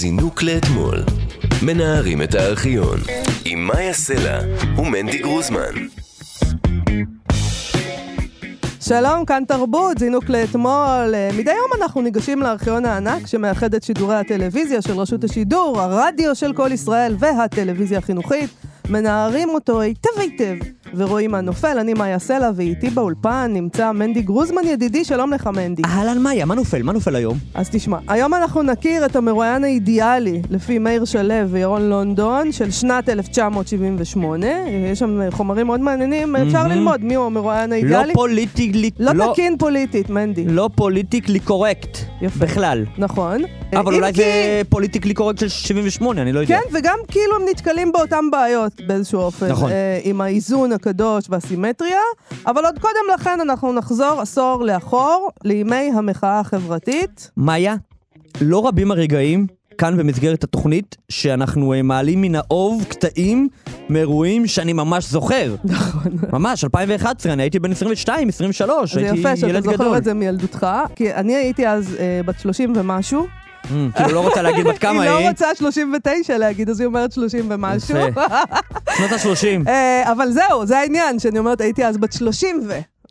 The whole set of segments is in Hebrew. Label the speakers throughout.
Speaker 1: זינוק לאתמול. מנערים את הארכיון עם מאיה סלע ומנדי גרוזמן.
Speaker 2: שלום, כאן תרבות, זינוק לאתמול. מדי יום אנחנו ניגשים לארכיון הענק שמאחד את שידורי הטלוויזיה של רשות השידור, הרדיו של כל ישראל והטלוויזיה החינוכית. מנערים אותו היטב ורואים מה נופל. אני מאיה סלע, ואיתי באולפן נמצא מנדי גרוזמן ידידי. שלום לך מנדי.
Speaker 3: אהלן מאיה, מה נופל היום?
Speaker 2: אז תשמע, היום אנחנו נכיר את המרואיין האידיאלי לפי מאיר שלו וירון לונדון של שנת 1978. יש שם חומרים מאוד מעניינים, אפשר ללמוד מי הוא המרואיין האידיאלי. לא תקין פוליטית, מנדי.
Speaker 3: לא פוליטיקלי קורקט בכלל.
Speaker 2: נכון.
Speaker 3: אבל אולי זה פוליטיקלי קורקט של 78, אני לא יודע.
Speaker 2: כן, וגם כאילו הם נתקלים באותם בעיות באיזשהו אופן.
Speaker 3: נכון.
Speaker 2: עם האיזון הקדוש והסימטריה, אבל עוד קודם לכן אנחנו נחזור עשור לאחור, לימי המחאה החברתית.
Speaker 3: מאיה, לא רבים הרגעים כאן במסגרת התוכנית שאנחנו מעלים מן האוב קטעים מאירועים שאני ממש זוכר.
Speaker 2: נכון.
Speaker 3: ממש, 2011, אני הייתי בן 22, 23, הייתי ילד גדול.
Speaker 2: זה יפה שאתה זוכר את זה מילדותך, כי אני הייתי אז בת 30 ומשהו.
Speaker 3: כאילו לא רוצה להגיד בת כמה היא.
Speaker 2: היא לא רוצה 39 להגיד, אז היא אומרת 30 ומשהו.
Speaker 3: שנות ה-30.
Speaker 2: אבל זהו, זה העניין, שאני אומרת, הייתי אז בת 30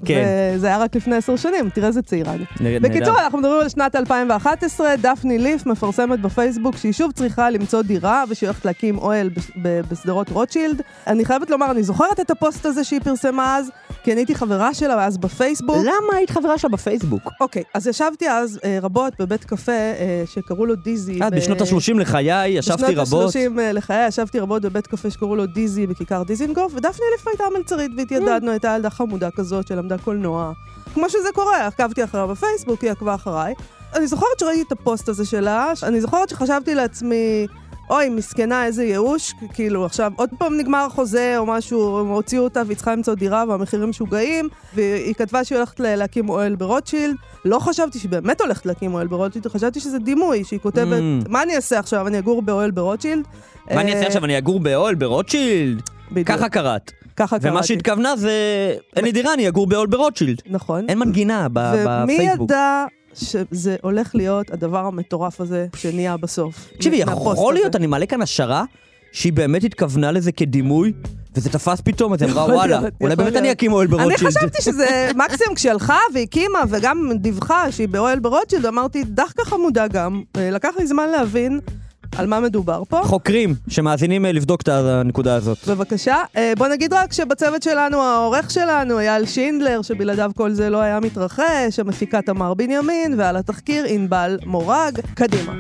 Speaker 2: וזה היה רק לפני 10 שנים, תראה איזה צעירה. בקיצור, אנחנו מדברים על שנת 2011, דפני ליף מפרסמת בפייסבוק שהיא שוב צריכה למצוא דירה, ושהיא הולכת להקים אוהל בסדרות רוטשילד. אני חייבת לומר, אני זוכרת את הפוסט הזה שהיא פרסמה אז, כי אני הייתי חברה שלה אז בפייסבוק.
Speaker 3: למה היית חברה שלה בפייסבוק?
Speaker 2: אוקיי, אז ישבתי אז רבות בבית קפה שקראו לו דיזי.
Speaker 3: בשנות ה-30 לחיי ישבתי רבות.
Speaker 2: בשנות ה-30 לחיי ישבתי רבות בבית קפה שקראו לו דיזי בכיכר דיזינגוף, ודפני ליף הייתה מלצרית והתיידדנו, הייתה ילדה חמודה כזאת שלמדה קולנוע. כמו שזה קורה, עקבתי אחריה בפייסבוק, היא עקבה אחריי. אני זוכרת שראיתי את הפוסט הזה שלה, אני זוכרת שחשבתי לעצמי, אוי, מסכנה, איזה ייאוש, כאילו עכשיו עוד פעם נגמר חוזה או משהו, הם הוציאו אותה והיא צריכה למצוא דירה והמחירים שוגעים, והיא כתבה שהיא הולכת להקים אוהל ברוטשילד. לא חשבתי שהיא באמת הולכת להקים אוהל ברוטשילד, חשבתי שזה דימוי, שהיא כותבת, מה אני אעשה עכשיו, אני אגור באוהל ברוטשילד?
Speaker 3: מה אני אעשה עכשיו, אני אגור באוהל ברוטשילד? ככה קראת. ומה שהתכוונה זה, אין לי דירה, אני אגור באוהל ברוטשילד.
Speaker 2: נכון.
Speaker 3: אין מנגינה בפייסבוק.
Speaker 2: ומי ידע שזה הולך להיות הדבר המטורף הזה שנהיה בסוף.
Speaker 3: תקשיבי, יכול להיות, אני מעלה כאן השערה שהיא באמת התכוונה לזה כדימוי, וזה תפס פתאום, אז אמרה וואלה, אולי באמת אני אקים אוהל ברוטשילד.
Speaker 2: אני חשבתי שזה מקסימום כשהיא הלכה והקימה וגם דיווחה שהיא באוהל ברוטשילד, אמרתי, דווקא חמודה גם, לקח לי זמן להבין על מה מדובר פה.
Speaker 3: חוקרים שמאזינים לבדוק את הנקודה הזאת.
Speaker 2: בבקשה. בוא נגיד רק שבצוות שלנו, העורך שלנו, אייל שינדלר, שבלעדיו כל זה לא היה מתרחש, המפיקה תמר בנימין, ועל התחקיר ענבל מורג. קדימה.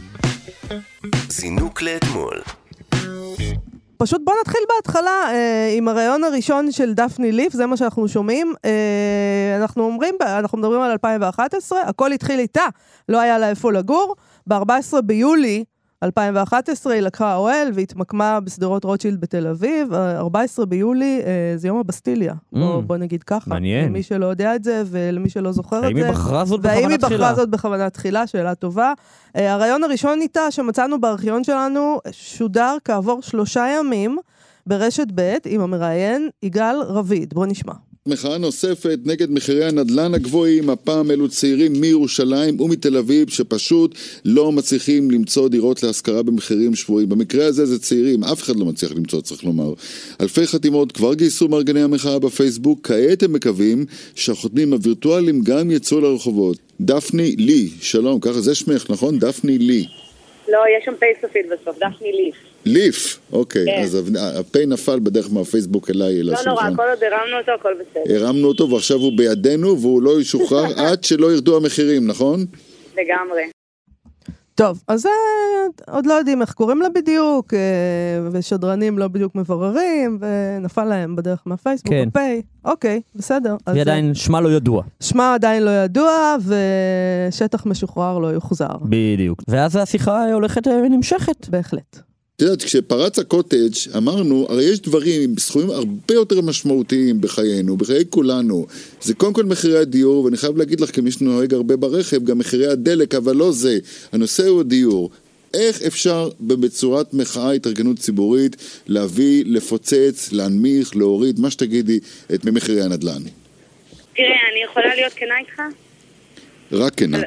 Speaker 1: זינוק לאתמול.
Speaker 2: פשוט בוא נתחיל בהתחלה עם הרעיון הראשון של דפני ליף, זה מה שאנחנו שומעים. אנחנו מדברים על 2011, הכל התחיל איתה, לא היה לה איפה לגור. ב-14 ביולי 2011 היא לקחה אוהל והתמקמה בסדרות רוטשילד בתל אביב. 14 ביולי זה יום הבסטיליה, בוא נגיד ככה.
Speaker 3: מעניין.
Speaker 2: למי שלא יודע את זה ולמי שלא זוכר את זה.
Speaker 3: האם היא בחרה זאת בכוונת תחילה?
Speaker 2: והאם היא בחרה זאת בכוונת תחילה? שאלה טובה. הרעיון הראשון איתה שמצאנו בארכיון שלנו שודר כעבור 3 ימים ברשת ב' עם המראיין יגאל רביד. בוא נשמע.
Speaker 4: מחאה נוספת נגד מחירי הנדל"ן הגבוהים, הפעם אלו צעירים מירושלים ומתל אביב שפשוט לא מצליחים למצוא דירות להשכרה במחירים שבועים. במקרה הזה זה צעירים, אף אחד לא מצליח למצוא, צריך לומר. אלפי חתימות כבר גייסו מארגני המחאה בפייסבוק, כעת הם מקווים שהחותמים הווירטואליים גם יצאו לרחובות. דפני לי, שלום, ככה זה שמך, נכון? דפני לי.
Speaker 5: לא, יש שם פי סופית בסוף, דפני ליף.
Speaker 4: ליף, אוקיי, כן. אז הפי נפל בדרך מהפייסבוק אליי.
Speaker 5: לא נורא, כל עוד הרמנו אותו, הכל בסדר.
Speaker 4: הרמנו אותו ועכשיו הוא בידינו והוא לא ישוחרר עד שלא ירדו המחירים, נכון?
Speaker 5: לגמרי.
Speaker 2: טוב, אז עוד לא יודעים איך קוראים לה בדיוק, ושדרנים לא בדיוק מבררים, ונפל להם בדרך מהפייסבוק,
Speaker 3: כן.
Speaker 2: הפי, אוקיי, בסדר.
Speaker 3: ועדיין שמה לא ידוע.
Speaker 2: שמה עדיין לא ידוע, ושטח משוחרר לא יוחזר.
Speaker 3: בדיוק. ואז השיחה הולכת ונמשכת.
Speaker 2: בהחלט.
Speaker 4: את יודעת, כשפרץ הקוטג' אמרנו, הרי יש דברים, סכומים הרבה יותר משמעותיים בחיינו, בחיי כולנו. זה קודם כל מחירי הדיור, ואני חייב להגיד לך, כמי שנוהג הרבה ברכב, גם מחירי הדלק, אבל לא זה. הנושא הוא הדיור. איך אפשר בצורת מחאה, התארגנות ציבורית, להביא, לפוצץ, להנמיך, להוריד, מה שתגידי, את מחירי הנדל"ן?
Speaker 5: תראה, אני יכולה להיות כנה איתך?
Speaker 4: רק כנה.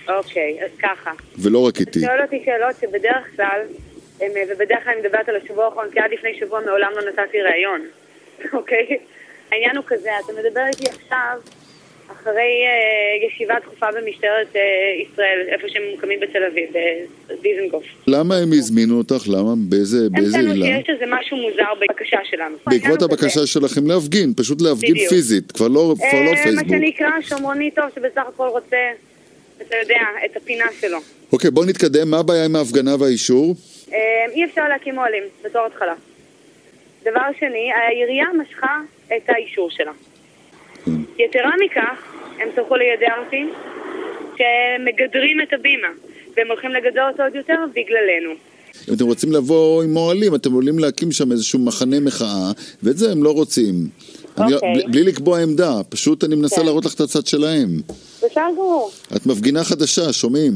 Speaker 5: אוקיי, אז ככה.
Speaker 4: ולא רק איתי.
Speaker 5: שואל אותי שאלות שבדרך כלל, ובדרך כלל אני מדברת על השבוע האחרון, כי עד לפני שבוע מעולם לא נתתי ראיון. אוקיי? העניין הוא כזה, אתה מדבר איתי עכשיו, אחרי ישיבה דחופה במשטרת ישראל, איפה שהם מוקמים בתל אביב, בדיזנגוף.
Speaker 4: למה הם הזמינו אותך? למה? באיזה עילה?
Speaker 5: הם טענו שיש איזה משהו מוזר בבקשה שלנו.
Speaker 4: בעקבות הבקשה שלכם להפגין, פשוט להפגין פיזית, כבר לא פייסבוק.
Speaker 5: מה שנקרא שומרוני טוב, שבסך הכל רוצה, אתה יודע, את הפינה שלו.
Speaker 4: אוקיי, בוא נתקדם. מה הבעיה עם ההפגנה והאישור?
Speaker 5: אי אפשר להקים אוהלים, בתור התחלה. דבר שני, העירייה משכה את האישור שלה. יתרה מכך, הם צריכו לידע אותי שמגדרים את הבימה, והם הולכים לגדר אותו עוד יותר בגללנו.
Speaker 4: אם אתם רוצים לבוא עם מועלים, אתם עולים להקים שם איזשהו מחנה מחאה, ואת זה הם לא רוצים. בלי לקבוע עמדה, פשוט אני מנסה להראות לך את הצד שלהם.
Speaker 5: בסדר גמור.
Speaker 4: את מפגינה חדשה, שומעים?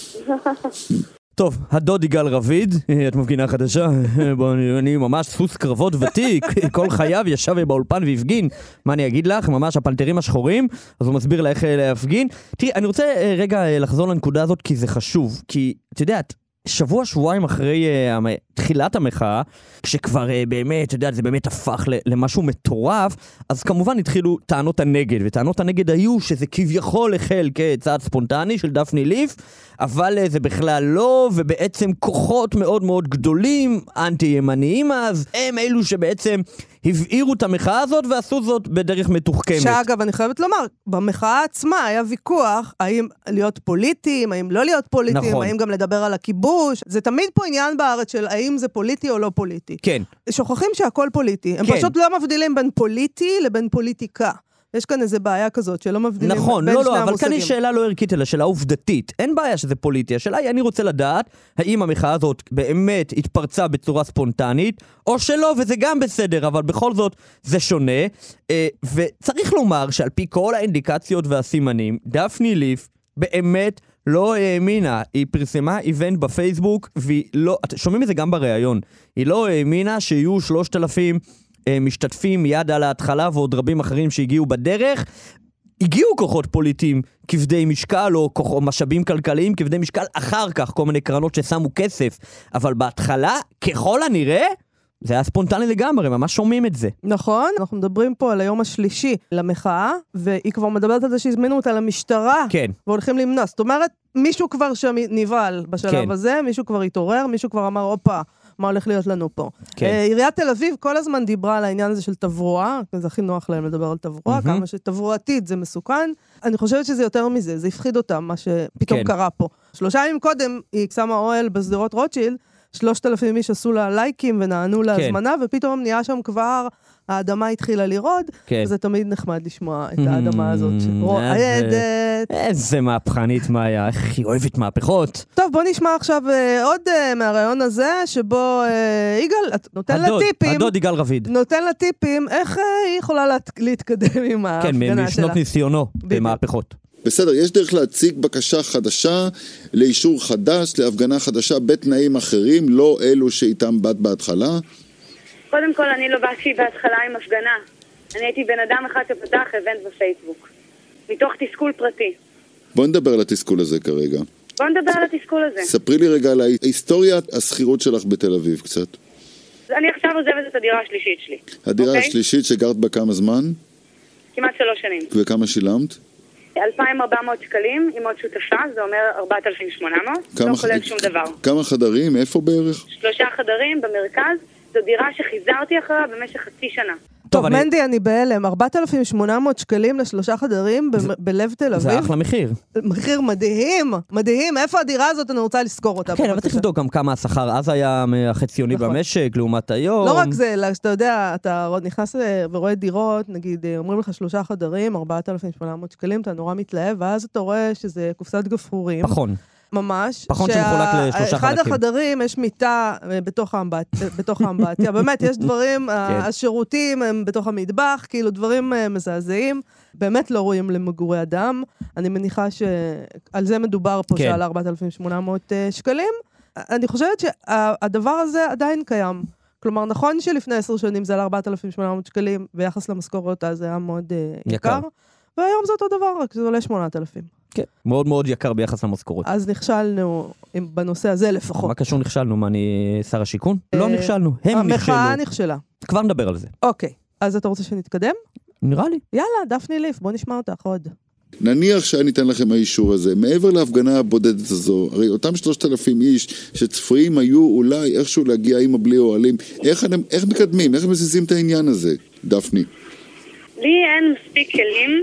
Speaker 3: טוב, הדוד יגאל רביד, את מפגינה חדשה, אני ממש סוס קרבות ותיק, כל חייו ישב באולפן והפגין, מה אני אגיד לך, ממש הפלטרים השחורים, אז הוא מסביר לה איך להפגין. תראי, אני רוצה רגע לחזור לנקודה הזאת כי זה חשוב, כי את יודעת, שבועיים אחרי תחילת המחאה, כשכבר באמת, אתה יודע, זה באמת הפך למשהו מטורף, אז כמובן התחילו טענות הנגד, וטענות הנגד היו שזה כביכול החל כצעד ספונטני של דפני ליף, אבל זה בכלל לא, ובעצם כוחות מאוד מאוד גדולים, אנטי-ימניים אז, הם אלו שבעצם הבעירו את המחאה הזאת ועשו זאת בדרך מתוחכמת.
Speaker 2: שאגב, אני חייבת לומר, במחאה עצמה היה ויכוח, האם להיות פוליטיים, האם לא להיות פוליטיים,
Speaker 3: נכון.
Speaker 2: האם גם לדבר על הכיבוש. זה תמיד פה עניין בארץ של האם זה פוליטי או לא פוליטי.
Speaker 3: כן.
Speaker 2: שוכחים שהכל פוליטי. הם
Speaker 3: כן.
Speaker 2: פשוט לא מבדילים בין פוליטי לבין פוליטיקה. יש כאן איזו בעיה כזאת שלא מבדילים
Speaker 3: נכון,
Speaker 2: בין
Speaker 3: לא,
Speaker 2: שני
Speaker 3: אבל כאן
Speaker 2: המושגים.
Speaker 3: היא שאלה לא ערכית, אלא שאלה עובדתית. אין בעיה שזה פוליטי. השאלה היא, אני רוצה לדעת, האם המחאה הזאת באמת התפרצה בצורה ספונטנית, או שלא, וזה גם בסדר, אבל בכל זאת זה שונה. וצריך לומר שעל פי כל האינדיקציות והסימנים, דפני ליף באמת לא האמינה. היא פרסמה איבנט בפייסבוק, והיא לא, שומעים את זה גם בריאיון, היא לא האמינה שיהיו 3,000 משתתפים מיד על ההתחלה ועוד רבים אחרים שהגיעו בדרך. הגיעו כוחות פוליטיים כבדי משקל או משאבים כלכליים כבדי משקל אחר כך, כל מיני קרנות ששמו כסף, אבל בהתחלה ככל הנראה זה היה ספונטני לגמרי, ממש שומעים את זה.
Speaker 2: נכון, אנחנו מדברים פה על היום השלישי למחאה, והיא כבר מדברת על זה שהזמינו אותה למשטרה,
Speaker 3: כן.
Speaker 2: והולכים למנוע. זאת אומרת, מישהו כבר שם נבעל בשלב
Speaker 3: כן.
Speaker 2: הזה, מישהו כבר התעורר, מישהו כבר אמר, אופה, מה הולך להיות לנו פה.
Speaker 3: כן.
Speaker 2: עיריית תל אביב כל הזמן דיברה על העניין הזה של תברואה, זה הכי נוח להם לדבר על תברואה, כמה שתברואתית זה מסוכן. אני חושבת שזה יותר מזה, זה הפחיד אותם, מה שפתאום
Speaker 3: כן.
Speaker 2: קרה פה. 3 ימים קודם היא שמה אוהל בשדרות רוטשילד, 3,000 איש עשו לה לייקים ונענו להזמנה, ופתאום נהיה שם כבר, האדמה התחילה לרעוד, וזה תמיד נחמד לשמוע את האדמה הזאת רועדת.
Speaker 3: איזה מהפכנית מאיה, איך היא אוהבת מהפכות.
Speaker 2: טוב, בוא נשמע עכשיו עוד מהרעיון הזה, שבו יגאל, נותן לה טיפים.
Speaker 3: הדוד יגאל רביד.
Speaker 2: נותן לה טיפים, איך היא יכולה להתקדם עם ההפגנה שלה.
Speaker 3: כן, משנות ניסיונו במהפכות.
Speaker 4: בסדר, יש דרך להציג בקשה חדשה, לאישור חדש, להפגנה חדשה, בתנאים אחרים, לא אלו שאיתם באת בהתחלה?
Speaker 5: קודם כל, אני לא באתי בהתחלה עם הפגנה. אני הייתי בן אדם אחד שפתח איבנט בפייסבוק. מתוך תסכול פרטי.
Speaker 4: בוא נדבר על התסכול הזה כרגע.
Speaker 5: בוא נדבר על התסכול הזה.
Speaker 4: ספרי לי רגע על ההיסטוריית הסחירות שלך בתל אביב קצת.
Speaker 5: אני עכשיו עוזבת את הדירה השלישית שלי.
Speaker 4: הדירה השלישית שגרת בה כמה זמן?
Speaker 5: כמעט 3 שנים.
Speaker 4: וכמה שילמת?
Speaker 5: 2,400 שקלים, עם עוד שותפה, זה אומר 4,800, לא כולל שום דבר.
Speaker 4: כמה חדרים? איפה בערך?
Speaker 5: 3 חדרים במרכז, זו דירה שחיזרתי אחריה במשך חצי שנה.
Speaker 2: טוב, מנדי, אני בהלם, 4,800 שקלים ל3 חדרים בלב תל אביב.
Speaker 3: זה אחלה מחיר.
Speaker 2: מחיר מדהים, מדהים. איפה הדירה הזאת? אני רוצה לזכור אותה.
Speaker 3: כן, אבל צריך לבדוק גם כמה השכר אז היה החציוני במשק, לעומת היום.
Speaker 2: לא רק זה, אלא שאתה יודע, אתה נכנס ורואה דירות, נגיד, אומרים לך 3 חדרים, 4,800 שקלים, אתה נורא מתלהב, ואז אתה רואה שזה קופסת גפרורים.
Speaker 3: פחון.
Speaker 2: ממש.
Speaker 3: פחון שמחולק ל3 חלקים.
Speaker 2: אחד החדרים יש מיטה בתוך האמבטיה. באמת, יש דברים, השירותים הם בתוך המטבח, כאילו דברים מזעזעים. באמת לא רואים למגורי אדם. אני מניחה שעל זה מדובר פה שעל 4,800 שקלים. אני חושבת שהדבר הזה עדיין קיים. כלומר, נכון שלפני 10 שנים זה על 4,800 שקלים, ביחס למשכורות אז זה היה מאוד יקר. והיום זה אותו דבר, רק זה עולה 8,000.
Speaker 3: כן, מאוד מאוד יקר ביחס למשכורות.
Speaker 2: אז נכשלנו בנושא הזה לפחות.
Speaker 3: מה קשור נכשלנו? מה, אני שר השיכון? לא נכשלנו, הם נכשלו.
Speaker 2: המחאה נכשלה.
Speaker 3: כבר נדבר על זה.
Speaker 2: אוקיי, אז אתה רוצה שנתקדם?
Speaker 3: נראה לי.
Speaker 2: יאללה, דפני ליף, בוא נשמע אותך עוד.
Speaker 4: נניח שהיה ניתן לכם האישור הזה, מעבר להפגנה הבודדת הזו, הרי אותם 3,000 איש שצפויים היו אולי איכשהו להגיע עם הבלי אוהלים, איך מקדמים, איך מזיזים את העניין הזה, דפני?
Speaker 5: לי אין מספיק כלים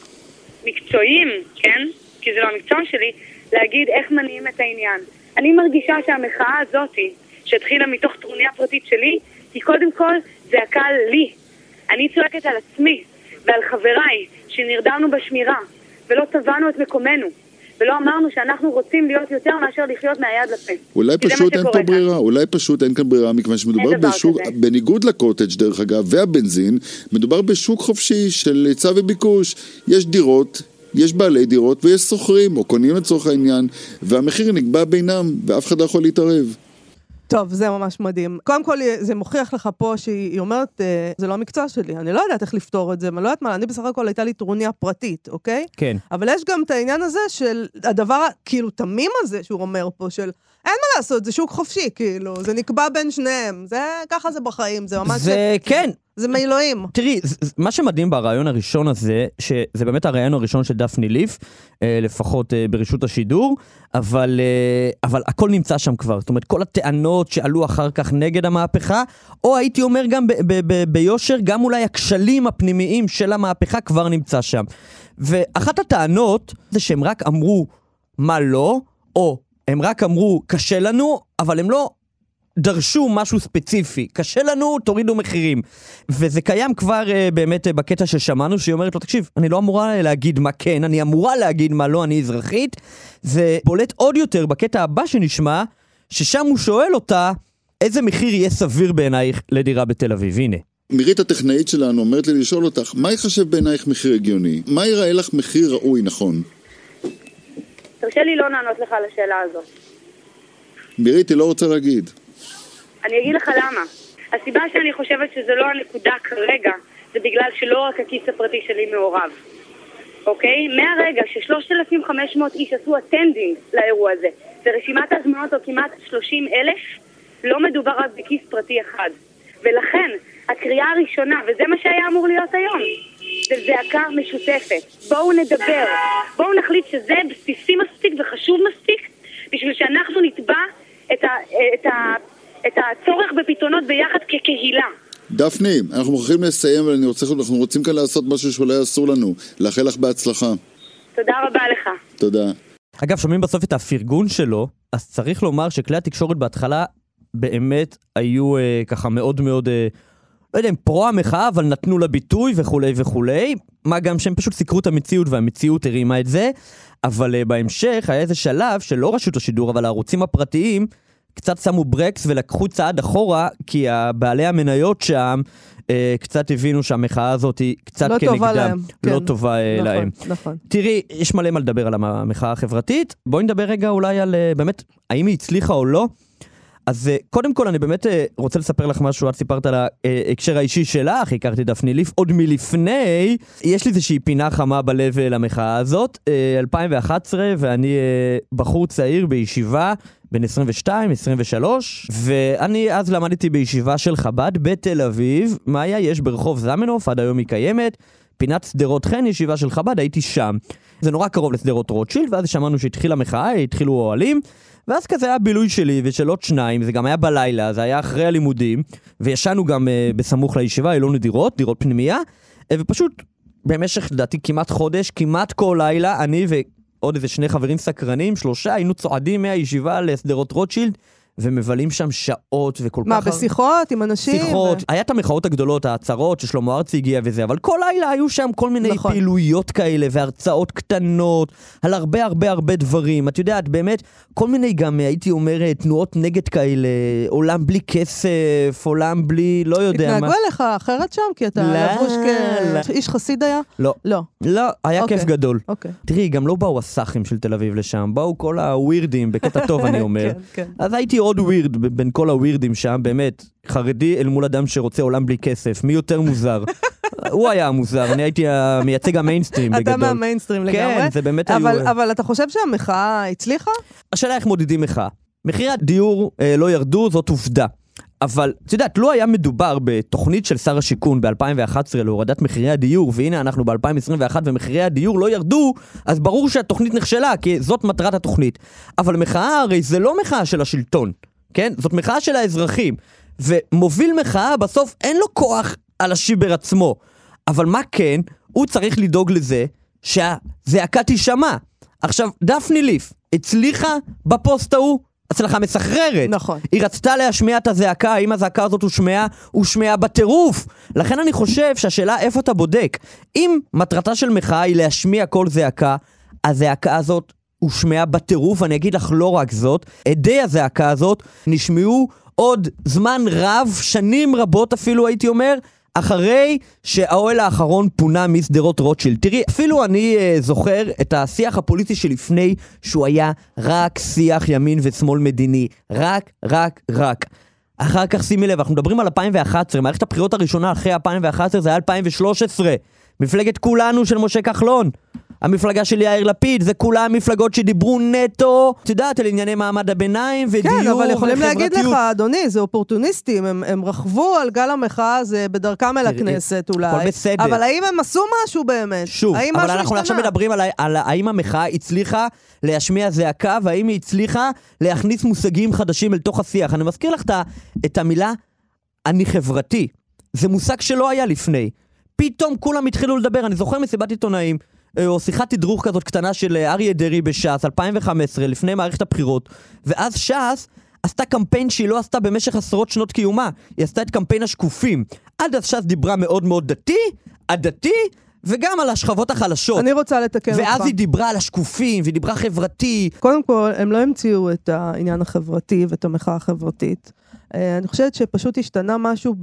Speaker 5: מקצועיים, כן? כי זה לא המקצוע שלי, להגיד איך מניעים את העניין. אני מרגישה שהמחאה הזאת, שהתחילה מתוך טרוניה פרטית שלי, היא קודם כל זעקה לי. אני צועקת על עצמי ועל חבריי שנרדמנו בשמירה, ולא טבענו את מקומנו, ולא אמרנו שאנחנו רוצים להיות יותר מאשר לחיות מהיד לפה.
Speaker 4: אולי פשוט אין פה ברירה, אולי פשוט אין כאן ברירה, מכיוון שמדובר בשוק, בניגוד לקוטג' דרך אגב, והבנזין, מדובר בשוק חופשי של היצע וביקוש. יש דירות, יש בעלי דירות ויש סוחרים, או קונים לצורך העניין, והמחיר נקבע בינם, ואף אחד לא יכול להתערב.
Speaker 2: טוב, זה ממש מדהים. קודם כל, זה מוכיח לך פה שהיא אומרת, זה לא המקצוע שלי, אני לא יודעת איך לפתור את זה, אני לא יודעת מה, אני בסך הכל הייתה לי טרוניה פרטית, אוקיי?
Speaker 3: כן.
Speaker 2: אבל יש גם את העניין הזה של הדבר, כאילו, תמים הזה שהוא אומר פה, של אין מה לעשות, זה שוק חופשי, כאילו, זה נקבע בין שניהם, זה, ככה זה בחיים, זה ממש...
Speaker 3: זה, כן.
Speaker 2: זה מאלוהים.
Speaker 3: תראי, מה שמדהים ברעיון הראשון הזה, שזה באמת הרעיון הראשון של דפני ליף, לפחות ברשות השידור, אבל הכל נמצא שם כבר. זאת אומרת, כל הטענות שעלו אחר כך נגד המהפכה, או הייתי אומר גם ביושר, גם אולי הכשלים הפנימיים של המהפכה כבר נמצא שם. ואחת הטענות זה שהם רק אמרו מה לא, או הם רק אמרו קשה לנו, אבל הם לא דרשו משהו ספציפי, קשה לנו, תורידו מחירים. וזה קיים כבר באמת בקטע ששמענו, שהיא אומרת לו, תקשיב, אני לא אמורה להגיד מה כן, אני אמורה להגיד מה לא, אני אזרחית. זה בולט עוד יותר בקטע הבא שנשמע, ששם הוא שואל אותה, איזה מחיר יהיה סביר בעינייך לדירה בתל אביב? הנה.
Speaker 4: מירית הטכנאית שלנו אומרת לי לשאול אותך, מה יחשב בעינייך מחיר הגיוני? מה יראה לך מחיר ראוי, נכון?
Speaker 5: תרשה לי לא לענות לך על השאלה הזאת.
Speaker 4: מירית, היא לא רוצה להגיד.
Speaker 5: אני אגיד לך למה. הסיבה שאני חושבת שזה לא הנקודה כרגע, זה בגלל שלא רק הכיס הפרטי שלי מעורב. אוקיי? מהרגע ש3,500 איש עשו אטנדינג לאירוע הזה, ורשימת ההזמנות הוא כמעט 30,000, לא מדובר רק בכיס פרטי אחד. ולכן, הקריאה הראשונה, וזה מה שהיה אמור להיות היום, זה זעקה משותפת. בואו נדבר. בואו נחליט שזה בסיסי מספיק וחשוב מספיק, בשביל שאנחנו נתבע את הצורך בפתרונות ביחד כקהילה.
Speaker 4: דפני, אנחנו מוכרחים לסיים, אבל אנחנו רוצים כאן לעשות משהו שאולי אסור לנו. לאחל לך בהצלחה.
Speaker 5: תודה רבה לך.
Speaker 4: תודה.
Speaker 3: אגב, שומעים בסוף את הפרגון שלו, אז צריך לומר שכלי התקשורת בהתחלה באמת היו ככה מאוד מאוד, לא יודע אם פרו המחאה, אבל נתנו לה ביטוי וכולי וכולי, מה גם שהם פשוט סיקרו את המציאות, והמציאות הרימה את זה, אבל בהמשך היה איזה שלב שלא רשות השידור, אבל הערוצים הפרטיים, קצת שמו ברקס ולקחו צעד אחורה, כי בעלי המניות שם קצת הבינו שהמחאה הזאת היא קצת
Speaker 2: לא
Speaker 3: כנגדם.
Speaker 2: טובה להם.
Speaker 3: לא
Speaker 2: כן.
Speaker 3: טובה
Speaker 2: נכון,
Speaker 3: להם.
Speaker 2: נכון.
Speaker 3: תראי, יש מלא מה לדבר על המחאה החברתית. בואי נדבר רגע אולי על באמת, האם היא הצליחה או לא. אז קודם כל אני באמת רוצה לספר לך משהו, את סיפרת על ההקשר האישי שלך, הכרתי דפני ליף עוד מלפני, יש לי איזושהי פינה חמה בלב למחאה הזאת, 2011, ואני בחור צעיר בישיבה, בין 22, 23, ואני אז למדתי בישיבה של חב"ד בתל אביב, מה היה? יש ברחוב זמנוף, עד היום היא קיימת, פינת סדרות חן, ישיבה של חב"ד, הייתי שם. זה נורא קרוב לסדרות רוטשילד, ואז שמענו שהתחילה מחאה, התחילו אוהלים, ואז כזה היה בילוי שלי ושל עוד שניים, זה גם היה בלילה, זה היה אחרי הלימודים, וישנו גם בסמוך לישיבה, אלו דירות פנימייה, ופשוט במשך לדעתי כמעט חודש, כמעט כל לילה, אני ועוד איזה שני חברים סקרנים, 3, היינו צועדים מהישיבה לסדרות רוטשילד, ומבלים שם שעות וכל
Speaker 2: מה,
Speaker 3: כך...
Speaker 2: בשיחות עם אנשים?
Speaker 3: שיחות. היה את המחאות הגדולות, ההצהרות ששלמה ארצי הגיע וזה, אבל כל לילה היו שם כל מיני
Speaker 2: נכון.
Speaker 3: פעילויות כאלה, והרצאות קטנות, על הרבה הרבה הרבה דברים. את יודעת, באמת, כל מיני גם, הייתי אומר, תנועות נגד כאלה, עולם בלי כסף, עולם בלי, לא יודע מה.
Speaker 2: התנהגו אליך אחרת שם, כי אתה לבוש איש חסיד היה?
Speaker 3: לא.
Speaker 2: לא.
Speaker 3: לא, היה כיף גדול.
Speaker 2: אוקיי.
Speaker 3: תראי, גם לא באו הסאחים של תל אביב לשם, באו כל הווירדים, בקטע טוב אני אומר.
Speaker 2: כן.
Speaker 3: אז הייתי עוד ווירד בין כל הווירדים שם, באמת, חרדי אל מול אדם שרוצה עולם בלי כסף, מי יותר מוזר? הוא היה המוזר, אני הייתי מייצג המיינסטרים בגדול.
Speaker 2: אתה מהמיינסטרים לגמרי.
Speaker 3: כן, זה באמת היו...
Speaker 2: אבל אתה חושב שהמחאה הצליחה?
Speaker 3: השאלה איך מודדים מחאה. מחירי הדיור לא ירדו, זאת עובדה. אבל, את יודעת, לא היה מדובר בתוכנית של שר השיכון ב-2011 להורדת מחירי הדיור, והנה אנחנו ב-2021 ומחירי הדיור לא ירדו, אז ברור שהתוכנית נכשלה, כי זאת מטרת התוכנית. אבל מחאה הרי זה לא מחאה של השלטון, כן? זאת מחאה של האזרחים. ומוביל מחאה בסוף אין לו כוח על השיבר עצמו. אבל מה כן? הוא צריך לדאוג לזה שהזעקה תישמע. עכשיו, דפני ליף הצליחה בפוסט ההוא, הצלחה מסחררת.
Speaker 2: נכון.
Speaker 3: היא רצתה להשמיע את הזעקה, האם הזעקה הזאת הושמעה בטירוף. לכן אני חושב שהשאלה איפה אתה בודק. אם מטרתה של מחאה היא להשמיע כל זעקה, הזעקה הזאת הושמעה בטירוף, אני אגיד לך לא רק זאת, עדי הזעקה הזאת נשמעו עוד זמן רב, שנים רבות אפילו הייתי אומר, אחרי שהאוהל האחרון פונה מסדרות רוטשילד. תראי, אפילו אני זוכר את השיח הפוליטי שלפני שהוא היה רק שיח ימין ושמאל מדיני. רק. אחר כך שימי לב, אנחנו מדברים על 2011, מערכת הבחירות הראשונה אחרי 2011 זה היה 2013. מפלגת כולנו של משה כחלון. המפלגה של יאיר לפיד, זה כולם מפלגות שדיברו נטו, את יודעת, על ענייני מעמד הביניים ודיור וחברתיות.
Speaker 2: כן, אבל יכולים להגיד לך, אדוני, זה אופורטוניסטים, הם רכבו על גל המחאה, זה בדרכם אל הכנסת אולי.
Speaker 3: הכל בסדר.
Speaker 2: אבל האם הם עשו משהו באמת?
Speaker 3: שוב, אבל אנחנו עכשיו מדברים על האם המחאה הצליחה להשמיע זעקה, והאם היא הצליחה להכניס מושגים חדשים אל תוך השיח. אני מזכיר לך את המילה אני חברתי. זה מושג שלא היה לפני. פתאום כולם התחילו לדבר, אני זוכר מסיבת עיתונאים, או שיחת תדרוך כזאת קטנה של אריה דרעי בש"ס, 2015, לפני מערכת הבחירות, ואז ש"ס עשתה קמפיין שהיא לא עשתה במשך עשרות שנות קיומה, היא עשתה את קמפיין השקופים. עד אז ש"ס דיברה מאוד מאוד דתי, וגם על השכבות החלשות.
Speaker 2: אני רוצה לתקן אותך.
Speaker 3: ואז היא דיברה על השקופים, והיא דיברה חברתי.
Speaker 2: קודם כל, הם לא המציאו את העניין החברתי ואת המחאה החברתית. אני חושבת שפשוט השתנה משהו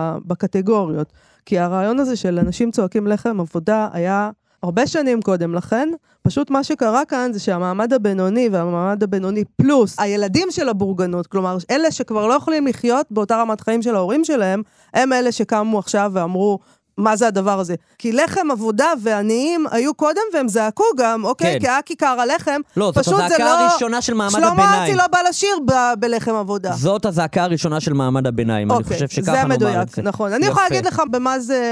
Speaker 2: בקטגוריות. כי הרעיון הזה של אנשים צועקים לחם עבודה היה הרבה שנים קודם לכן. פשוט מה שקרה כאן זה שהמעמד הבינוני והמעמד הבינוני פלוס הילדים של הבורגנות, כלומר אלה שכבר לא יכולים לחיות באותה רמת חיים של ההורים שלהם, הם אלה שקמו עכשיו ואמרו מה זה הדבר הזה? כי לחם עבודה ועניים היו קודם והם זעקו גם, אוקיי?
Speaker 3: כן.
Speaker 2: כי היה כיכר הלחם.
Speaker 3: לא, זאת הזעקה הראשונה של מעמד הביניים.
Speaker 2: שלמה ארצי לא בא לשיר בלחם עבודה.
Speaker 3: זאת הזעקה הראשונה של מעמד הביניים.
Speaker 2: אוקיי,
Speaker 3: אני חושב שככה נאמר את זה.
Speaker 2: נכון. אני יכולה להגיד לך במה זה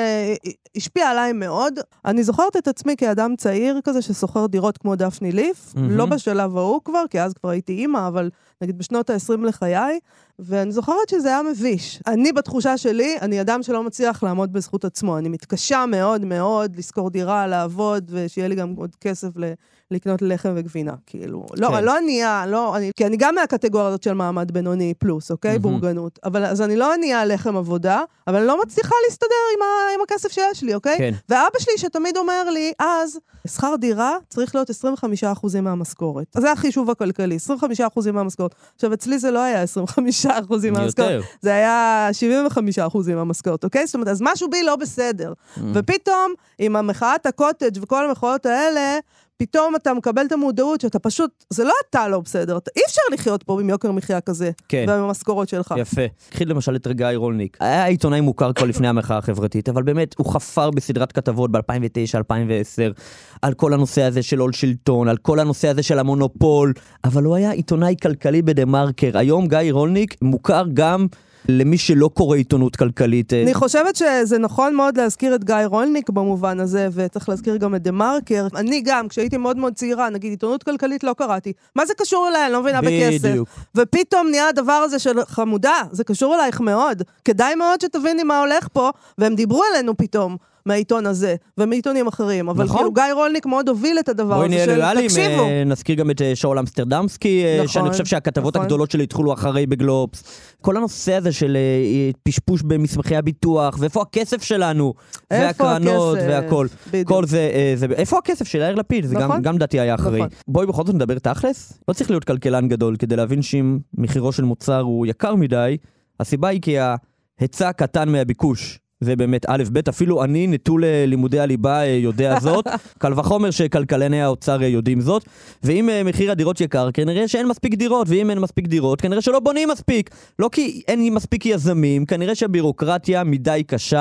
Speaker 2: השפיע עליי מאוד. אני זוכרת את עצמי כאדם צעיר כזה שסוחר דירות כמו דפני ליף, לא בשלב ההוא כבר, כי אז כבר הייתי אימא, אבל נגיד בשנות ה-20 לחיי, ואני זוכרת שזה היה מביש. אני בתחושה שלי, אני אדם שלא מצליח לעמוד בזכות עצמו. אני מתקשה מאוד מאוד לשכור דירה, לעבוד, ושיהיה לי גם עוד כסף לקנות לחם וגבינה. כאילו, לא ענייה, כי אני גם מהקטגוריה הזאת של מעמד בינוני פלוס, אוקיי? בורגנות. אז אני לא ענייה לחם עבודה, אבל אני לא מצליחה להסתדר עם הכסף שיש לי, אוקיי?
Speaker 3: כן.
Speaker 2: ואבא שלי שתמיד אומר לי, אז שכר דירה צריך להיות 25% מהמשכורת. אז זה החישוב הכלכלי, 25% מהמשכורת. עכשיו, אצלי זה לא היה 25% מהמשכורת. זה היה 75% מהמשכורת, אוקיי? זאת אומרת, אז משהו בי לא בסדר. ופתאום, עם המחאת הקוטג' וכל המחאות האלה, פתאום אתה מקבל את המודעות שאתה פשוט, זה לא אתה לא בסדר, אי אפשר לחיות פה עם יוקר מחיה כזה,
Speaker 3: כן.
Speaker 2: ובמשכורות שלך.
Speaker 3: יפה. קחי למשל את גיא רולניק. היה עיתונאי מוכר כבר לפני המחאה החברתית, אבל באמת הוא חפר בסדרת כתבות ב-2009, 2010, על כל הנושא הזה של עול שלטון, על כל הנושא הזה של המונופול, אבל הוא היה עיתונאי כלכלי בדה-מרקר. היום גיא רולניק מוכר גם למי שלא קורא עיתונות כלכלית.
Speaker 2: אני חושבת שזה נכון מאוד להזכיר את גיא רולניק במובן הזה, וצריך להזכיר גם את דה-מרקר. אני גם, כשהייתי מאוד מאוד צעירה, נגיד עיתונות כלכלית לא קראתי. מה זה קשור אליי? אני לא מבינה בכסף. ופתאום נהיה הדבר הזה של חמודה, זה קשור אלייך מאוד. כדאי מאוד שתביני מה הולך פה, והם דיברו אלינו פתאום. מהעיתון הזה, ומעיתונים אחרים, אבל כאילו גיא רולניק מאוד הוביל את הדבר הזה של תקשיבו.
Speaker 3: נזכיר גם את שאול אמסטרדמסקי, שאני חושב שהכתבות הגדולות שלי התחילו אחרי בגלובס. כל הנושא הזה של פשפוש במסמכי הביטוח, ואיפה הכסף שלנו, והקרנות, והכל. כל זה, איפה הכסף של יאיר לפיד? זה גם דעתי היה אחרי. בואי בכל זאת נדבר תכלס. לא צריך להיות כלכלן גדול, כדי להבין שאם מחירו של מוצר הוא יקר מדי, הסיבה היא כי ההיצע קטן מהביקוש. זה באמת א' ב', אפילו אני נטול לימודי הליבה יודע זאת, קל וחומר שכלכלני האוצר יודעים זאת, ואם מחיר הדירות יקר, כנראה שאין מספיק דירות, ואם אין מספיק דירות, כנראה שלא בונים מספיק, לא כי אין מספיק יזמים, כנראה שהבירוקרטיה מדי קשה,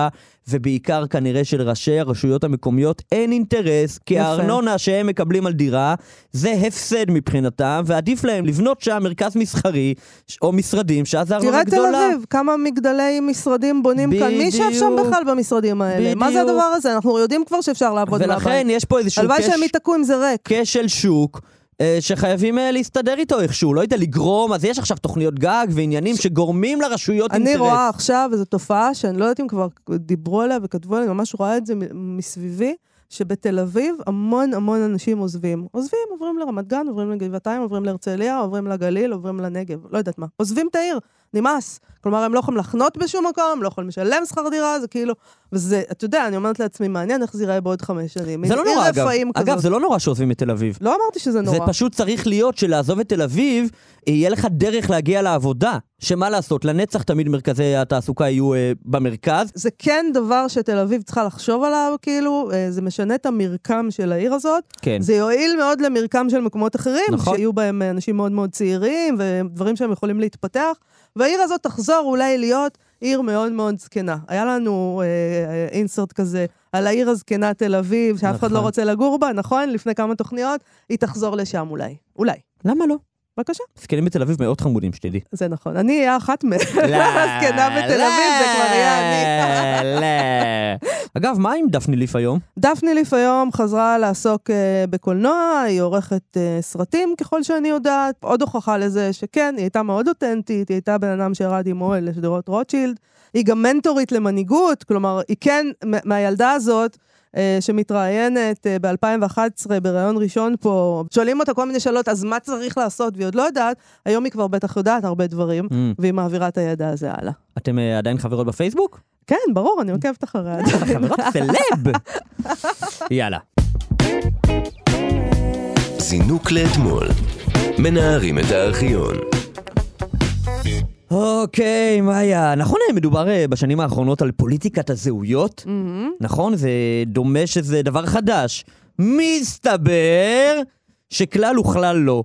Speaker 3: ובעיקר כנראה של ראשי הרשויות המקומיות אין אינטרס, כי הארנונה שהם מקבלים על דירה זה הפסד מבחינתם, ועדיף להם לבנות שם מרכז מסחרי או משרדים, שאז הארנונה גדולה.
Speaker 2: תראה תל אביב, כמה מגדלי משרדים בונים כאן, מי שף שם בכלל במשרדים האלה? מה זה הדבר הזה? אנחנו יודעים כבר שאפשר לעבוד מהבית.
Speaker 3: ולכן יש פה איזשהו
Speaker 2: הלוואי שהם יתקעו אם זה ריק.
Speaker 3: כשל שוק, שחייבים להסתדר איתו איכשהו, לא יודע, לגרום, אז יש עכשיו תוכניות גג ועניינים שגורמים לרשויות אינטרס.
Speaker 2: אני רואה עכשיו איזו תופעה שאני לא יודעת אם כבר דיברו עליה וכתבו עליה, ממש רואה את זה מסביבי, שבתל אביב המון אנשים עוזבים, עוברים לרמת גן, עוברים לגבעתיים, עוברים להרצליה, עוברים לגליל, עוברים לנגב, לא יודעת מה. עוזבים את העיר, נמאס. כלומר, הם לא יכולים לחנות בשום מקום, לא יכולים לשלם שכר דירה, זה כאילו, וזה, אתה יודע, אני אומרת לעצמי, מעניין איך זה ייראה בעוד 5 שנים.
Speaker 3: זה לא נורא, אגב, זה לא נורא שעוזבים את תל אביב.
Speaker 2: לא אמרתי שזה נורא.
Speaker 3: זה פשוט צריך להיות שלעזוב את תל אביב, יהיה לך דרך להגיע לעבודה. שמה לעשות, לנצח תמיד מרכזי התעסוקה יהיו במרכז.
Speaker 2: זה כן דבר שתל אביב צריכה לחשוב עליו, כאילו, זה משנה את המרקם של העיר הזאת.
Speaker 3: כן.
Speaker 2: זה יועיל מאוד למרקם של מקומות אחרים,
Speaker 3: נכון.
Speaker 2: שיהיו בהם אנשים מאוד מאוד צעירים, ודברים שהם יכולים להתפתח. והעיר הזאת תחזור אולי להיות עיר מאוד מאוד זקנה. היה לנו אינסרט כזה על העיר הזקנה תל אביב, שאף אחד לא רוצה לגור בה, נכון? לפני כמה תוכניות, היא תחזור לשם אולי.
Speaker 3: למה לא?
Speaker 2: בבקשה.
Speaker 3: זקנים בתל אביב מאוד חמודים, שתדעי.
Speaker 2: זה נכון. אני אהיה אחת זקנה בתל אביב, זה כבר יהיה אני.
Speaker 3: אגב, מה עם דפני ליף היום?
Speaker 2: דפני ליף היום חזרה לעסוק בקולנוע, היא עורכת סרטים ככל שאני יודעת. עוד הוכחה לזה שכן, היא הייתה מאוד אותנטית, היא הייתה בן אדם שירד עם אוהל לשדרות רוטשילד. היא גם מנטורית למנהיגות, כלומר, היא כן, מהילדה הזאת, שמתראיינת ב-2011 בראיון ראשון פה, שואלים אותה כל מיני שאלות, אז מה צריך לעשות? והיא עוד לא יודעת, היום היא כבר בטח יודעת הרבה דברים, והיא מעבירה את הידע הזה הלאה.
Speaker 3: אתם עדיין חברות בפייסבוק?
Speaker 2: כן, ברור, אני עוקבת אחריה.
Speaker 3: חברות סלב! יאללה.
Speaker 1: זינוק לאתמול. מנערים את הארכיון.
Speaker 3: אוקיי, מאיה, נכון, מדובר בשנים האחרונות על פוליטיקת הזהויות? נכון, זה דומה שזה דבר חדש. מסתבר שכלל וכלל לא.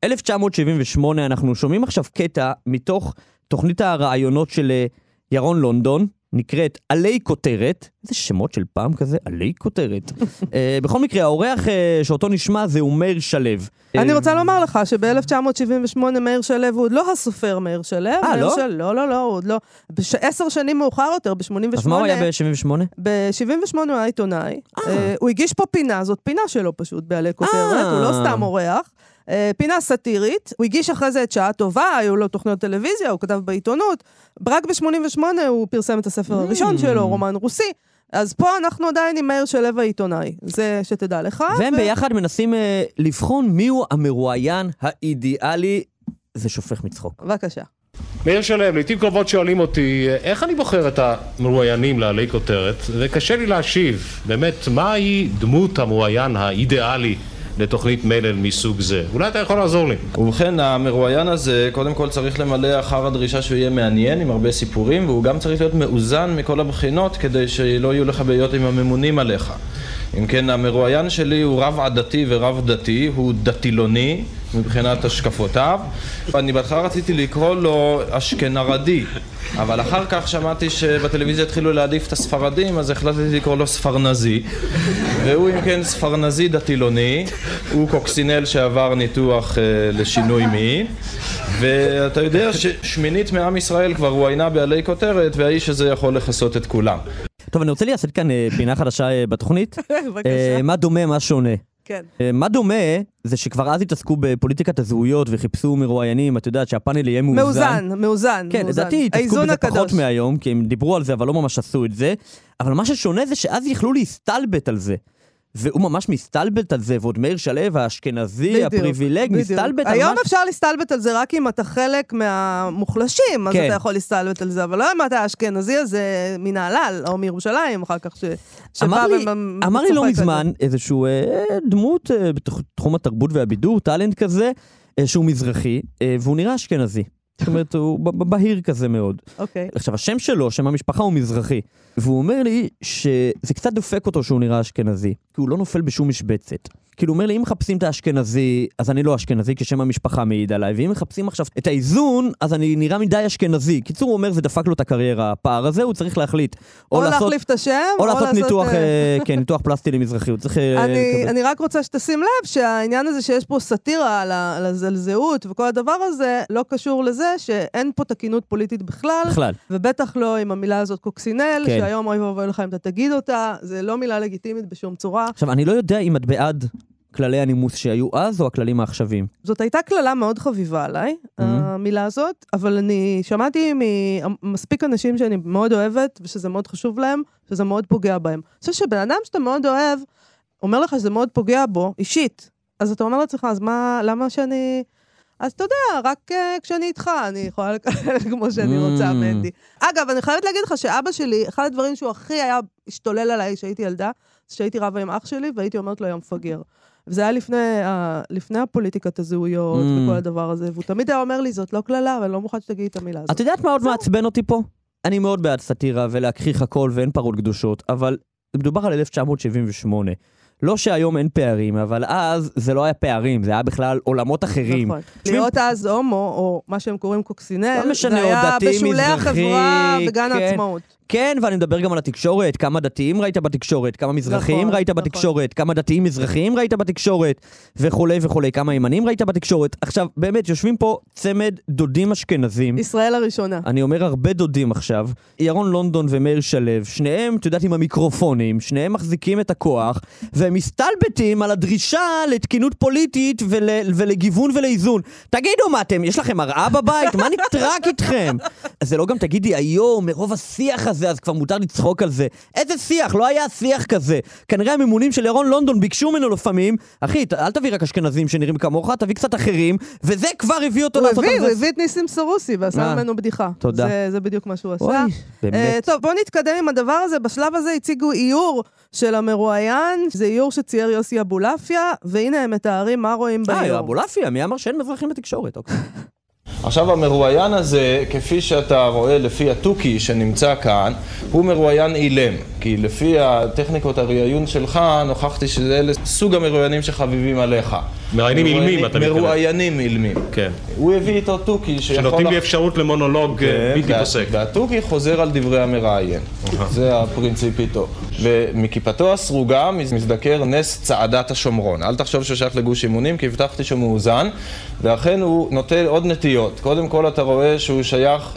Speaker 3: 1978, אנחנו שומעים עכשיו קטע מתוך תוכנית הרעיונות של ירון לונדון, נקראת עלי כותרת. איזה שמות של פעם כזה, עלי כותרת. בכל מקרה, האורח שאותו נשמע זה הוא מאיר שלו.
Speaker 2: אני רוצה לומר לך שב-1978 מאיר שלו הוא עוד לא הסופר מאיר שלו.
Speaker 3: לא?
Speaker 2: לא, הוא עוד לא. 10 שנים מאוחר יותר, ב-88.
Speaker 3: אז מה הוא היה ב-78?
Speaker 2: ב-78 הוא היה עיתונאי. הוא הגיש פה פינה, זאת פינה שלו פשוט בעלי כותרת, הוא לא סתם אורח. פינה סאטירית, הוא הגיש אחרי זה את שעה טובה, היו לו תוכניות טלוויזיה, הוא כתב בעיתונות, רק ב-88 הוא פרסם את הספר הראשון שלו, רומן רוסי, אז פה אנחנו עדיין עם מאיר שלו העיתונאי, זה שתדע לך.
Speaker 3: והם ביחד מנסים לבחון מיהו המרואיין האידיאלי, זה שופך מצחוק.
Speaker 2: בבקשה.
Speaker 6: מאיר שלו, לעתים קרובות שואלים אותי, איך אני בוחר את המרואיינים לעלי כותרת, וקשה לי להשיב, באמת, מהי דמות המרואיין האידיאלי לתוכנית מלל מסוג זה? אולי אתה יכול לעזור לי.
Speaker 7: ובכן, המרואיין הזה קודם כל צריך למלא אחר הדרישה שהוא יהיה מעניין עם הרבה סיפורים, והוא גם צריך להיות מאוזן מכל הבחינות כדי שלא יהיו לך בעיות עם הממונים עליך. אם כן, המרואיין שלי הוא רב עדתי ורב דתי, הוא דתילוני מבחינת השקפותיו. אני בהתחלה רציתי לקרוא לו אשכנרדי, אבל אחר כך שמעתי שבטלוויזיה התחילו להעדיף את הספרדים, אז החלטתי לקרוא לו ספרנזי. והוא אם כן ספרנזי דתילוני, הוא קוקסינל שעבר ניתוח לשינוי מין, ואתה יודע ששמינית מעם ישראל כבר רואיינה בעלי כותרת, והאיש הזה יכול לכסות את כולם.
Speaker 3: טוב, אני רוצה לעשות כאן פינה חדשה בתוכנית.
Speaker 2: בבקשה.
Speaker 3: מה דומה, מה שונה?
Speaker 2: כן.
Speaker 3: מה דומה זה שכבר אז התעסקו בפוליטיקת הזהויות וחיפשו מרואיינים, את יודעת שהפאנל יהיה מאוזן.
Speaker 2: מאוזן.
Speaker 3: כן, לדעתי התעסקו בזה פחות מהיום, כי הם דיברו על זה אבל לא ממש עשו את זה. אבל מה ששונה זה שאז יכלו להסתלבט על זה. והוא ממש מסתלבט על זה, ועוד מאיר שלו, האשכנזי, הפריבילג, מסתלבט על
Speaker 2: היום אפשר להסתלבט על זה רק אם אתה חלק מהמוחלשים, אז אתה יכול להסתלבט על זה, אבל לא אם אתה האשכנזי הזה מנהלל, או מירושלים, אחר כך
Speaker 3: אמר לי לא מזמן איזשהו דמות בתחום התרבות והבידור, טלנט כזה, שהוא מזרחי, והוא נראה אשכנזי. זאת אומרת, הוא בהיר כזה מאוד.
Speaker 2: אוקיי.
Speaker 3: עכשיו, השם שלו, שם המשפחה הוא מזרחי. והוא אומר לי שזה קצת דופק אותו שהוא נראה אשכנזי, כי הוא לא נופל בשום משבצת. כאילו אומר לי, אם מחפשים את האשכנזי, אז אני לא אשכנזי, כשם המשפחה מעיד עליי, ואם מחפשים עכשיו את האיזון, אז אני נראה מדי אשכנזי. קיצור, הוא אומר, זה דפק לו את הקריירה. הפער הזה, הוא צריך להחליט.
Speaker 2: או להחליף את השם,
Speaker 3: או לעשות ניתוח, כן, ניתוח פלסטי למזרחי. הוא צריך...
Speaker 2: אני רק רוצה שתשים לב שהעניין הזה שיש פה סטירה על הזהות וכל הדבר הזה, לא קשור לזה שאין פה תקינות פוליטית בכלל. ובטח לא עם המילה הזאת קוקסינל, שהיום אוי ואבוי לך אם אתה תגיד אותה, זה לא מילה לגיטימית בשום צורה.
Speaker 3: עכשיו, אני לא יודע אם את בעד כללי הנימוס שהיו אז, או הכללים העכשוויים.
Speaker 2: זאת הייתה כללה מאוד חביבה עליי, המילה הזאת, אבל אני שמעתי ממספיק אנשים שאני מאוד אוהבת, ושזה מאוד חשוב להם, שזה מאוד פוגע בהם. אני חושב שבן אדם שאתה מאוד אוהב, אומר לך שזה מאוד פוגע בו, אישית, אז אתה אומר לעצמך, אז מה, למה שאני... אז אתה יודע, רק כשאני איתך, אני יכולה לקבל כמו שאני רוצה, מנדי. אגב, אני חייבת להגיד לך שאבא שלי, אחד הדברים שהוא הכי היה השתולל עליי שהייתי ילדה, זה שהייתי רבה עם אח שלי, והייתי אומרת לו, ים מפגר. וזה היה לפני הפוליטיקת הזהויות וכל הדבר הזה, והוא תמיד היה אומר לי, זאת לא כללה, אבל אני לא מוכן שתגיד את המילה הזאת.
Speaker 3: את יודעת מה עוד מעצבן אותי פה? אני מאוד בעד סטירה ולהכחיך הכל ואין פרות קדושות, אבל מדובר על 1978. לא שהיום אין פערים, אבל אז זה לא היה פערים, זה היה בכלל עולמות אחרים.
Speaker 2: נכון. להיות אז הומו, או מה שהם קוראים קוקסינל, זה היה בשולי החברה וגן העצמאות.
Speaker 3: כן, ואני מדבר גם על התקשורת, כמה דתיים ראית בתקשורת, כמה מזרחיים ראית בתקשורת, כמה דתיים מזרחיים ראית בתקשורת, וכולי וכולי, כמה ימנים ראית בתקשורת. עכשיו, באמת, יושבים פה צמד דודים אשכנזים.
Speaker 2: ישראל הראשונה.
Speaker 3: אני אומר הרבה דודים עכשיו. ירון לונדון ומאיר שלו, שניהם, את יודעת, עם המיקרופונים, שניהם מחזיקים את הכוח, והם מסתלבטים על הדרישה לתקינות פוליטית ולגיוון ולאיזון. תגידו מה אתם, יש לכם מראה בבית? מה נטרק איתכם? אז זה לא גם תגידי, היום, מרוב השיח הזה, אז כבר מותר לצחוק על זה. איזה שיח? לא היה שיח כזה. כנראה הממונים של ירון לונדון ביקשו ממנו לפעמים, אחי, אל תביא רק אשכנזים שנראים כמוך, תביא קצת אחרים, וזה כבר הביא אותו לעשות על זה.
Speaker 2: הוא הביא את ניסים סרוסי, ועשה ממנו בדיחה.
Speaker 3: תודה.
Speaker 2: זה בדיוק מה שהוא עשה. טוב, בואו נתקדם עם הדבר הזה. בשלב הזה הציגו איור של המרואיין, זה איור שצייר יוסי אבולעפיה, והנה הם מתארים מה רואים באיור.
Speaker 3: אבולעפיה, מי אמר שאין מזרחים בתקשורת? אוקיי.
Speaker 7: עכשיו המרואיין הזה, כפי שאתה רואה לפי התוכי שנמצא כאן, הוא מרואיין אילם, כי לפי הטכניקות הראיון שלך, נוכחתי שזה סוג המרואיינים שחביבים עליך.
Speaker 6: מראיינים אילמים, אתה מתכוון.
Speaker 7: מרואיינים אילמים.
Speaker 6: כן.
Speaker 7: הוא הביא איתו תוכי
Speaker 6: שנותנים לי אפשרות למונולוג בלתי פוסק.
Speaker 7: והתוכי חוזר על דברי המראיין. זה הפרינציפ איתו. ומכיפתו הסרוגה מזדקר נס צעדת השומרון. אל תחשוב שהוא שייך לגוש אימונים, כי הבטחתי שהוא מאוזן, ואכן הוא נוטה עוד נטיות. קודם כל אתה רואה שהוא שייך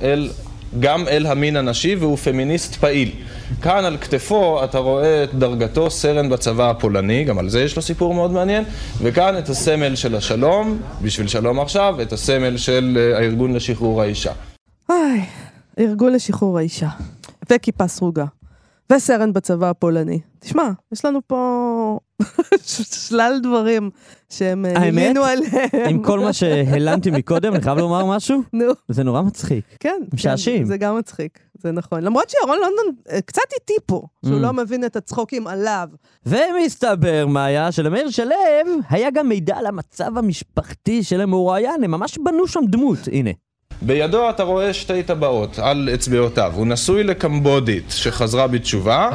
Speaker 7: גם אל המין הנשי, והוא פמיניסט פעיל. כאן על כתפו אתה רואה את דרגתו סרן בצבא הפולני, גם על זה יש לו סיפור מאוד מעניין, וכאן את הסמל של השלום, בשביל שלום עכשיו, את הסמל של הארגון לשחרור האישה.
Speaker 2: ארגון לשחרור האישה, וכיפה סרוגה, וסרן בצבא הפולני. תשמע, יש לנו פה שלל דברים שהם הלינו עליהם.
Speaker 3: עם כל מה שהלנתי מקודם, אני חייב לומר משהו?
Speaker 2: נו.
Speaker 3: זה נורא מצחיק.
Speaker 2: כן.
Speaker 3: משעשים.
Speaker 2: זה גם מצחיק, זה נכון. למרות שירון לונדון קצת איתי פה, שהוא לא מבין את הצחוקים עליו.
Speaker 3: ומסתבר, מאיה, שלמאיר שלו היה גם מידע על המצב המשפחתי של המרואיין, הם ממש בנו שם דמות, הנה.
Speaker 7: בידו אתה רואה שתי טבעות על אצבעותיו. הוא נשוי לקמבודית שחזרה בתשובה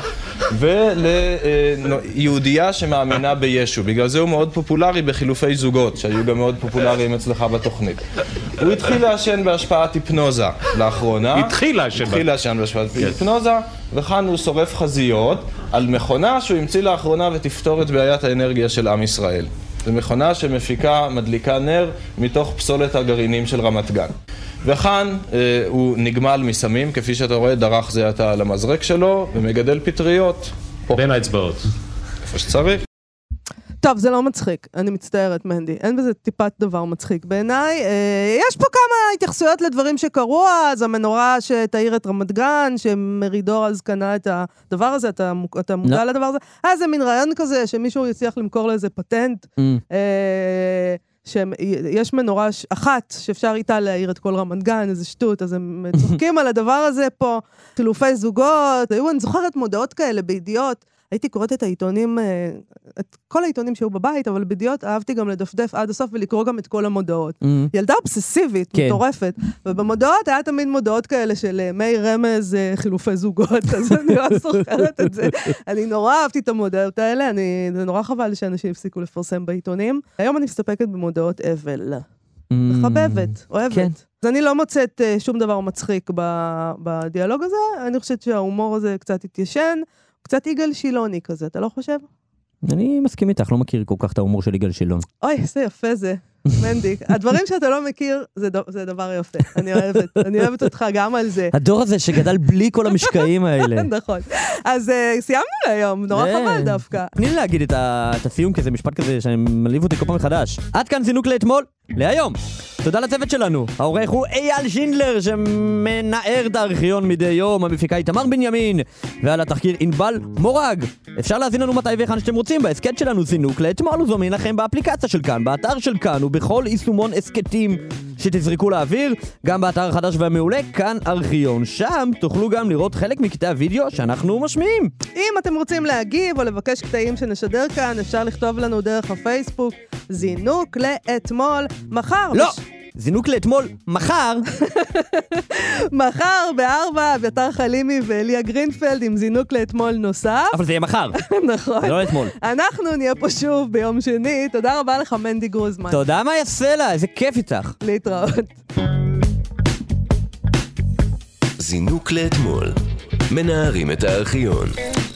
Speaker 7: וליהודייה שמאמינה בישו. בגלל זה הוא מאוד פופולרי בחילופי זוגות שהיו גם מאוד פופולריים אצלך בתוכנית. הוא התחיל לעשן בהשפעת היפנוזה לאחרונה. התחיל לעשן בהשפעת היפנוזה, וכאן הוא שורף חזיות על מכונה שהוא המציא לאחרונה ותפתור את בעיית האנרגיה של עם ישראל. זו מכונה שמפיקה, מדליקה נר מתוך פסולת הגרעינים של רמת גן. וכאן הוא נגמל מסמים, כפי שאתה רואה, דרך זה עתה על המזרק שלו, ומגדל פטריות.
Speaker 6: בין האצבעות.
Speaker 7: איפה שצריך.
Speaker 2: טוב, זה לא מצחיק, אני מצטערת, מנדי. אין בזה טיפת דבר מצחיק בעיניי. יש פה כמה התייחסויות לדברים שקרו אז, המנורה שתאיר את רמת גן, שמרידור אז קנה את הדבר הזה, אתה מודע לדבר הזה? זה מין רעיון כזה, שמישהו יצליח למכור לאיזה פטנט, שיש מנורה אחת שאפשר איתה להאיר את כל רמת גן, איזה שטות, אז הם צוחקים על הדבר הזה פה, חילופי זוגות, אני זוכרת מודעות כאלה בידיעות, הייתי קוראת את העיתונים, את כל העיתונים שהיו בבית, אבל בדיעות אהבתי גם לדפדף עד הסוף ולקרוא גם את כל המודעות. ילדה אובססיבית, מטורפת, ובמודעות היה תמיד מודעות כאלה של מי רמז חילופי זוגות, אז אני לא זוכרת את זה. אני נורא אהבתי את המודעות האלה, זה נורא חבל שאנשים הפסיקו לפרסם בעיתונים. היום אני מסתפקת במודעות אבל. מחבבת, אוהבת. אז אני לא מוצאת שום דבר מצחיק בדיאלוג הזה, אני חושבת שההומור הזה קצת התיישן, קצת יגאל שילוני כזה, אתה לא חושב?
Speaker 3: אני מסכים איתך, לא מכיר כל כך את ההומור של יגאל שילון.
Speaker 2: אוי, איזה יפה זה, מנדיק. הדברים שאתה לא מכיר, זה דבר יפה. אני אוהבת אותך גם על זה.
Speaker 3: הדור הזה שגדל בלי כל המשקעים האלה.
Speaker 2: נכון. אז סיימנו להיום, נורא חבל דווקא.
Speaker 3: תני לי להגיד את הסיום כזה, משפט כזה שמליב אותי כל פעם מחדש. עד כאן זינוק לאתמול, להיום. תודה לצוות שלנו. העורך הוא אייל שינדלר שמנער את הארכיון מדי יום, המפיקה איתמר בנימין, ועל התחקיר ענבל מורג. אפשר להזין לנו מתי והיכן שאתם רוצים בהסקט שלנו זינוק לאתמול, וזומין לכם באפליקציה של כאן, באתר של כאן ובכל יישומון הסקטים שתזרקו לאוויר, גם באתר החדש והמעולה כאן ארכיון. שם תוכלו גם לראות חלק מקטעי הוידאו שאנחנו משמיעים.
Speaker 2: אם אתם רוצים להגיב או לבקש קטעים שנשדר כאן, אפשר לכתוב לנו דרך הפייסבוק זינוק לאתמול מחר.
Speaker 3: לא! זינוק לאתמול מחר.
Speaker 2: מחר ב-4 אביתר חלימי ואליה גרינפלד עם זינוק לאתמול נוסף.
Speaker 3: אבל זה יהיה מחר.
Speaker 2: נכון.
Speaker 3: זה לא אתמול.
Speaker 2: אנחנו נהיה פה שוב ביום שני. תודה רבה לך מנדי גרוזמן.
Speaker 3: תודה מאיה סלע, איזה כיף איתך.
Speaker 2: להתראות.
Speaker 1: זינוק לאתמול. מנערים את הארכיון.